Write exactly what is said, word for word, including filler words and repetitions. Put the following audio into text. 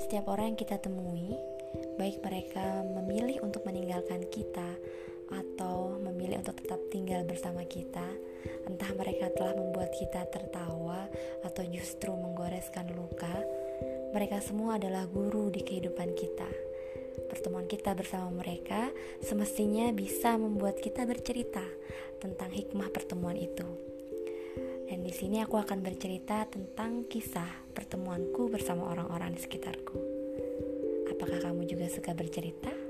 Setiap orang yang kita temui, baik mereka memilih untuk meninggalkan kita atau memilih untuk tetap tinggal bersama kita, entah mereka telah membuat kita tertawa atau justru menggoreskan luka, mereka semua adalah guru di kehidupan kita. Pertemuan kita bersama mereka semestinya bisa membuat kita bercerita tentang hikmah pertemuan itu. Dan di sini aku akan bercerita tentang kisah pertemuanku bersama orang-orang di sekitarku. Apakah kamu juga suka bercerita?